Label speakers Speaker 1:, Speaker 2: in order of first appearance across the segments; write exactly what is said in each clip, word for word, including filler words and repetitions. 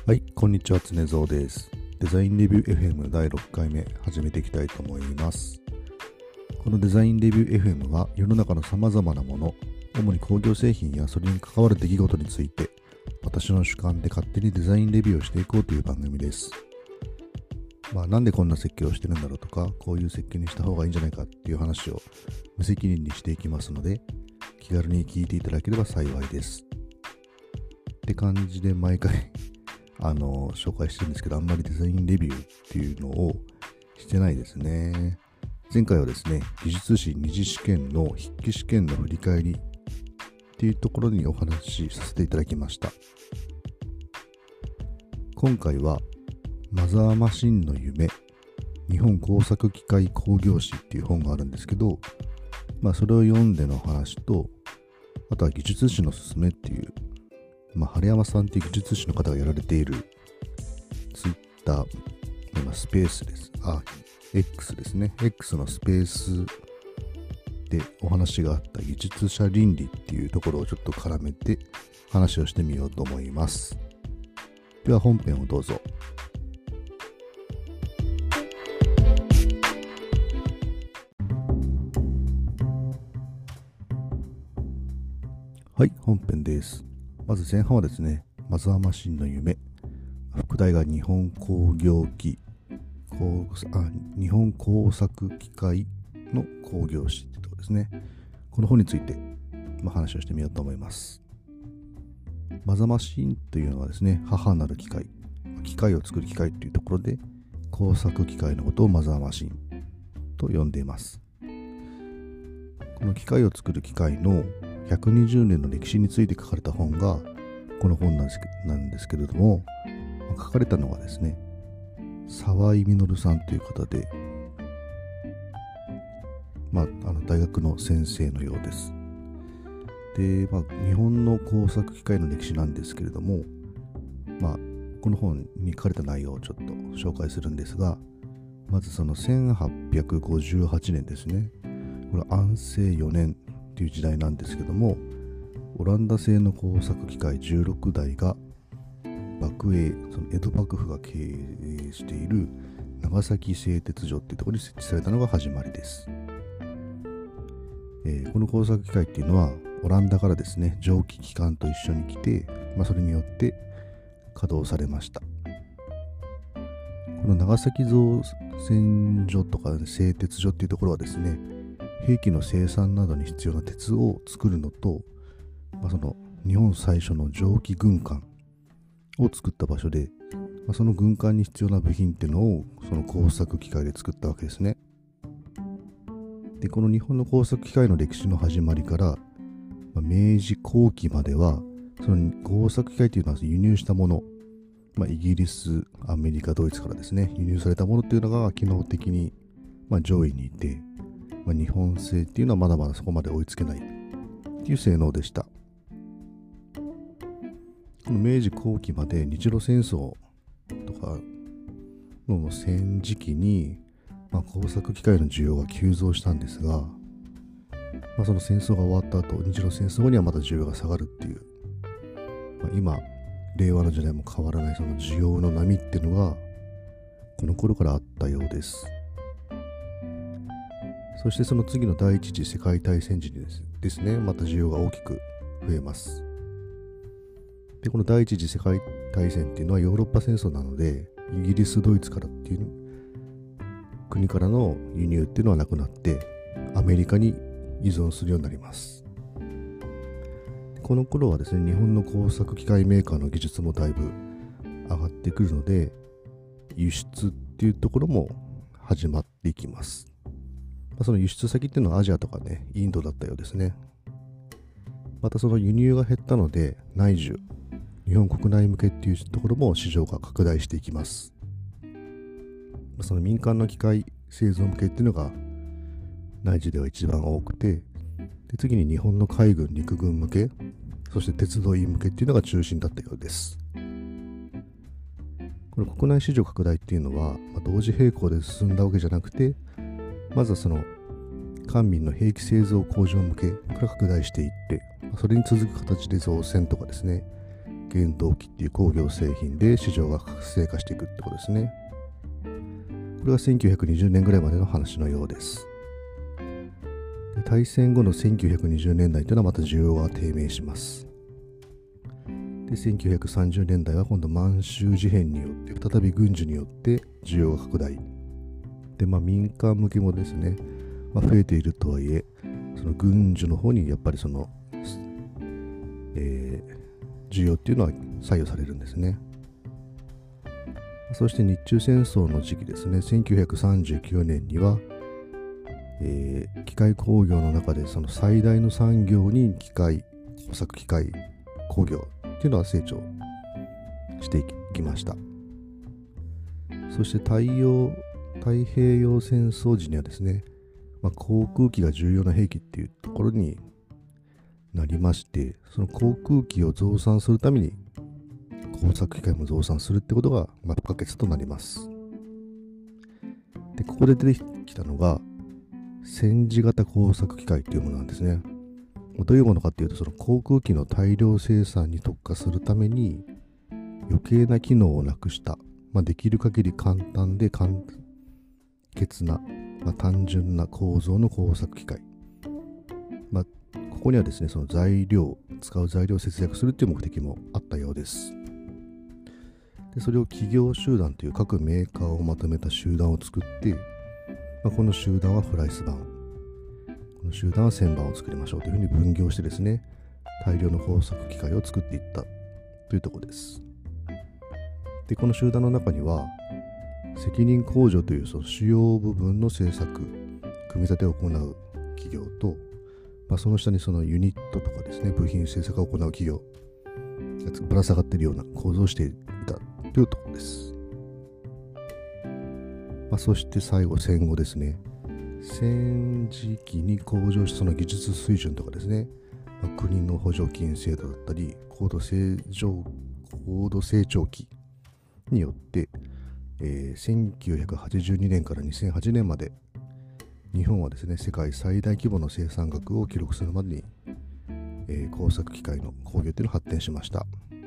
Speaker 1: はい、こんにちは、常蔵です。デザインレビュー エフエム だいろっかいめ始めていきたいと思います。このデザインレビュー エフエム は世の中の様々なもの、主に工業製品やそれに関わる出来事について、私の主観で勝手にデザインレビューをしていこうという番組です。まあ、なんでこんな設計をしてるんだろうとか、こういう設計にした方がいいんじゃないかっていう話を無責任にしていきますので、気軽に聞いていただければ幸いです。って感じで毎回あの紹介してるんですけど、あんまりデザインレビューっていうのをしてないですね。前回はですね、技術士二次試験の筆記試験の振り返りっていうところにお話しさせていただきました。今回はマザーマシンの夢、日本工作機械工業史っていう本があるんですけど、まあそれを読んでの話と、あとは技術士のすすめっていう、まあ、晴山さんっていう技術士の方がやられているツイッター、今スペースです。あ、X ですね。X のスペースでお話があった技術者倫理っていうところをちょっと絡めて話をしてみようと思います。では本編をどうぞ。はい、本編です。まず前半はですね、マザーマシンの夢、副題が日本工業機工あ日本工作機械の工業史ってところですね。この本について、まあ、話をしてみようと思います。マザーマシンというのはですね、母なる機械、機械を作る機械というところで、工作機械のことをマザーマシンと呼んでいます。この機械を作る機械のひゃくにじゅうねんの歴史について書かれた本がこの本なんですけ、なんですけれども、書かれたのがですね、沢井実さんという方で、まあ、あの大学の先生のようです。で、まあ、日本の工作機械の歴史なんですけれども、まあ、この本に書かれた内容をちょっと紹介するんですが、まずそのせんはっぴゃくごじゅうはちねんですね。これ安政よねんという時代なんですけども、オランダ製の工作機械じゅうろくだいが幕営、その江戸幕府が経営している長崎製鉄所っていうところに設置されたのが始まりです。えー、この工作機械っていうのはオランダからですね、蒸気機関と一緒に来て、まあ、それによって稼働されました。この長崎造船所とか製鉄所っていうところはですね、兵器の生産などに必要な鉄を作るのと、まあ、その日本最初の蒸気軍艦を作った場所で、まあ、その軍艦に必要な部品っていうのをその工作機械で作ったわけですね。で、この日本の工作機械の歴史の始まりから、まあ、明治後期まではその工作機械というのは輸入したもの、まあ、イギリス、アメリカ、ドイツからですね、輸入されたものっていうのが機能的にまあ上位にいて、まあ、日本製っていうのはまだまだそこまで追いつけないっていう性能でした。この明治後期まで日露戦争とかの戦時期に、まあ、工作機械の需要が急増したんですが、まあ、その戦争が終わった後、日露戦争後にはまた需要が下がるっていう、まあ、今令和の時代も変わらないその需要の波っていうのがこの頃からあったようです。そしてその次の第一次世界大戦時にですですね、また需要が大きく増えます。で、この第一次世界大戦っていうのはヨーロッパ戦争なので、イギリス、ドイツからっていう国からの輸入っていうのはなくなって、アメリカに依存するようになります。この頃はですね、日本の工作機械メーカーの技術もだいぶ上がってくるので、輸出っていうところも始まっていきます。その輸出先っていうのはアジアとかね、インドだったようですね。またその輸入が減ったので、内需、日本国内向けっていうところも市場が拡大していきます。その民間の機械製造向けっていうのが内需では一番多くて、で次に日本の海軍、陸軍向け、そして鉄道員向けっていうのが中心だったようです。この国内市場拡大っていうのは、まあ、同時並行で進んだわけじゃなくて、まずはその官民の兵器製造工場向けから拡大していって、それに続く形で造船とかですね、 原動機っていう工業製品で市場が活性化していくってことですね。これがせんきゅうひゃくにじゅうねんぐらいまでの話のようです。で大戦後のせんきゅうひゃくにじゅうねんだいというのはまた需要が低迷します。でせんきゅうひゃくさんじゅうねんだいは今度満州事変によって再び軍需によって需要が拡大で、まあ、民間向けもですね、まあ、増えているとはいえ、その軍需の方にやっぱりその、えー、需要っていうのは左右されるんですね。そして日中戦争の時期ですね、せんきゅうひゃくさんじゅうきゅうねんには、えー、機械工業の中でその最大の産業に機械工作機械工業っていうのは成長していきました。そして太陽太平洋戦争時にはですね、まあ、航空機が重要な兵器っていうところになりまして、その航空機を増産するために工作機械も増産するってことが、まあ、不可欠となります。でここで出てきたのが戦時型工作機械というものなんですね。どういうものかっていうと、その航空機の大量生産に特化するために余計な機能をなくした、まあ、できる限り簡単で簡潔な、まあ、単純な構造の工作機械、まあ、ここにはですね、その材料使う材料を節約するという目的もあったようです。でそれを企業集団という各メーカーをまとめた集団を作って、まあ、この集団はフライス版、この集団は旋盤を作りましょうというふうに分業してですね、大量の工作機械を作っていったというところです。でこの集団の中には責任工場というその主要部分の製作組み立てを行う企業と、まあ、その下にそのユニットとかですね、部品製作を行う企業がぶら下がっているような構造をしていたというところです。まあ、そして最後戦後ですね、戦時期に向上したその技術水準とかですね、まあ、国の補助金制度だったり高度成長高度成長期によって、えー、せんきゅうひゃくはちじゅうにねんからにせんはちねんまで日本はですね、世界最大規模の生産額を記録するまでに、えー、工作機械の工業というのが発展しました。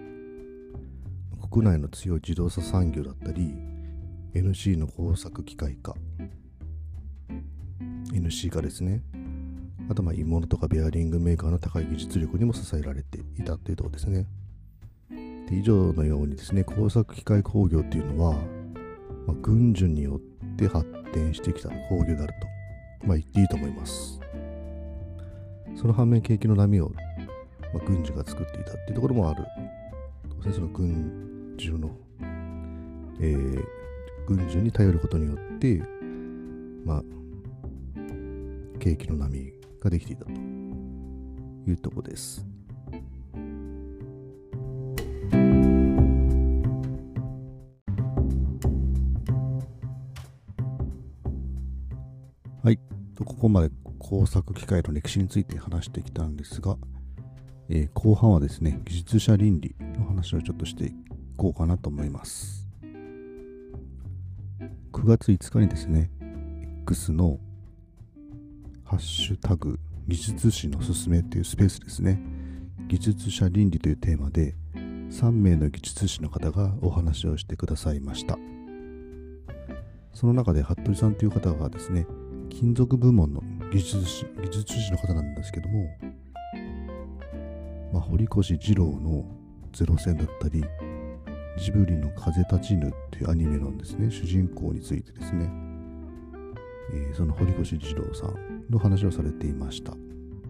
Speaker 1: 国内の強い自動車産業だったり エヌシー の工作機械化 エヌシー 化ですね、あとまあ鋳物とかベアリングメーカーの高い技術力にも支えられていたというところですね。で以上のようにですね、工作機械工業というのは、まあ、軍需によって発展してきた工業であると、まあ、言っていいと思います。その反面景気の波を、まあ、軍需が作っていたっていうところもある。その軍需の、えー、軍需に頼ることによって、まあ、景気の波ができていたというところです。はい、ここまで工作機械の歴史について話してきたんですが、えー、後半はですね、技術者倫理の話をちょっとしていこうかなと思います。くがついつかにですね、X のハッシュタグ技術史のすすめというスペースですね、技術者倫理というテーマでさんめいの技術士の方がお話をしてくださいました。その中で服部さんという方がですね、金属部門の技術士技術士の方なんですけども、まあ、堀越二郎のゼロ戦だったり、ジブリの風立ちぬっていうアニメのですね、主人公についてですね、えー、その堀越二郎さんの話をされていました。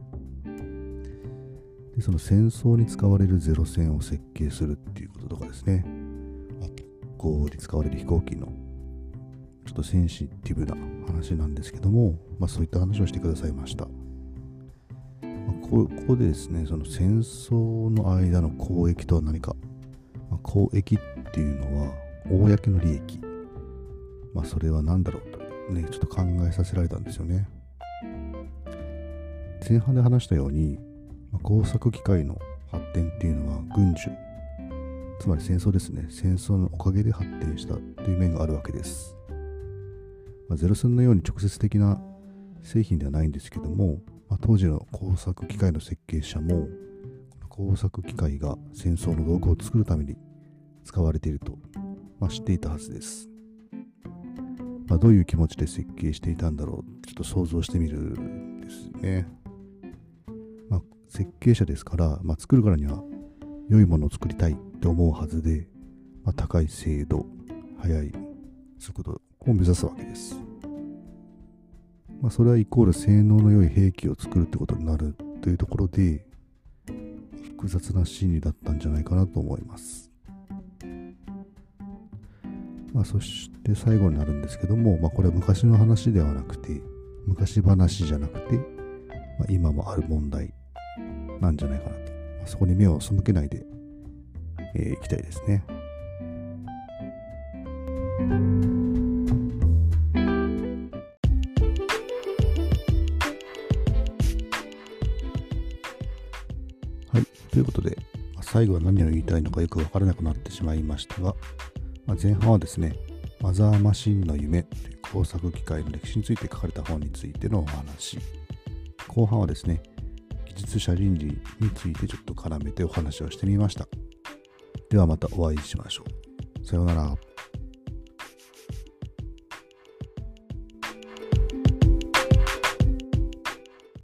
Speaker 1: でその戦争に使われるゼロ戦を設計するっていうこととかですね、特攻に使われる飛行機のちょっとセンシティブな話なんですけども、まあ、そういった話をしてくださいました。ここでですね、その戦争の間の交易とは何か、まあ、交易っていうのは公の利益、まあ、それは何だろうとね、ちょっと考えさせられたんですよね。前半で話したように、まあ、工作機械の発展っていうのは軍需、つまり戦争ですね、戦争のおかげで発展したという面があるわけです。まあ、ゼロ戦のように直接的な製品ではないんですけども、まあ、当時の工作機械の設計者も工作機械が戦争の道具を作るために使われていると、まあ、知っていたはずです。まあ、どういう気持ちで設計していたんだろう、ちょっと想像してみるんですね。まあ、設計者ですから、まあ、作るからには良いものを作りたいって思うはずで、まあ、高い精度、速い速度を目指すわけです。まあ、それはイコール性能の良い兵器を作るってことになるというところで、複雑な心理だったんじゃないかなと思います。まあ、そして最後になるんですけども、まあ、これは昔の話ではなくて、昔話じゃなくて、まあ、今もある問題なんじゃないかなと。まあ、そこに目を背けないで、えー、いきたいですね。はい、ということで、まあ、最後は何を言いたいのかよくわからなくなってしまいましたが、まあ、前半はですね、マザーマシンの夢という工作機械の歴史について書かれた本についてのお話。後半はですね、技術者倫理についてちょっと絡めてお話をしてみました。ではまたお会いしましょう。さようなら。